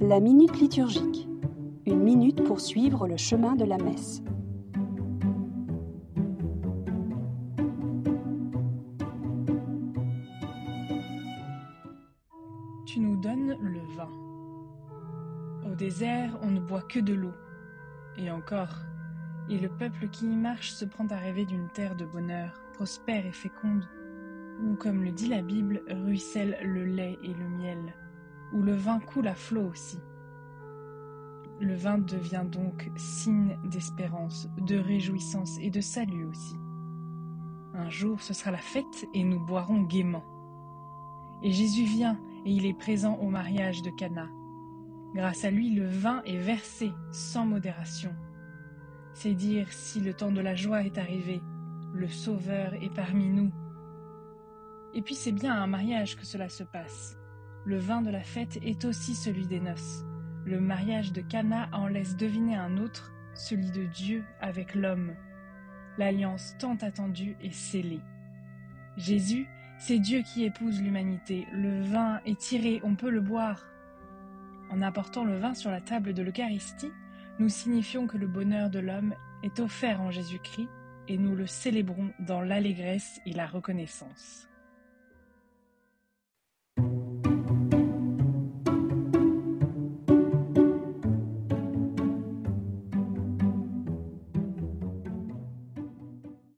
La minute liturgique. Une minute pour suivre le chemin de la messe. Tu nous donnes le vin. Au désert, on ne boit que de l'eau. Et encore, et le peuple qui y marche se prend à rêver d'une terre de bonheur, prospère et féconde, où, comme le dit la Bible, ruisselle le lait et le miel, où le vin coule à flot aussi. Le vin devient donc signe d'espérance, de réjouissance et de salut aussi. Un jour, ce sera la fête et nous boirons gaiement. Et Jésus vient et il est présent au mariage de Cana. Grâce à lui, le vin est versé sans modération. C'est dire si le temps de la joie est arrivé, le Sauveur est parmi nous. Et puis c'est bien à un mariage que cela se passe. Le vin de la fête est aussi celui des noces. Le mariage de Cana en laisse deviner un autre, celui de Dieu avec l'homme. L'alliance tant attendue est scellée. Jésus, c'est Dieu qui épouse l'humanité. Le vin est tiré, on peut le boire. En apportant le vin sur la table de l'Eucharistie, nous signifions que le bonheur de l'homme est offert en Jésus-Christ et nous le célébrons dans l'allégresse et la reconnaissance.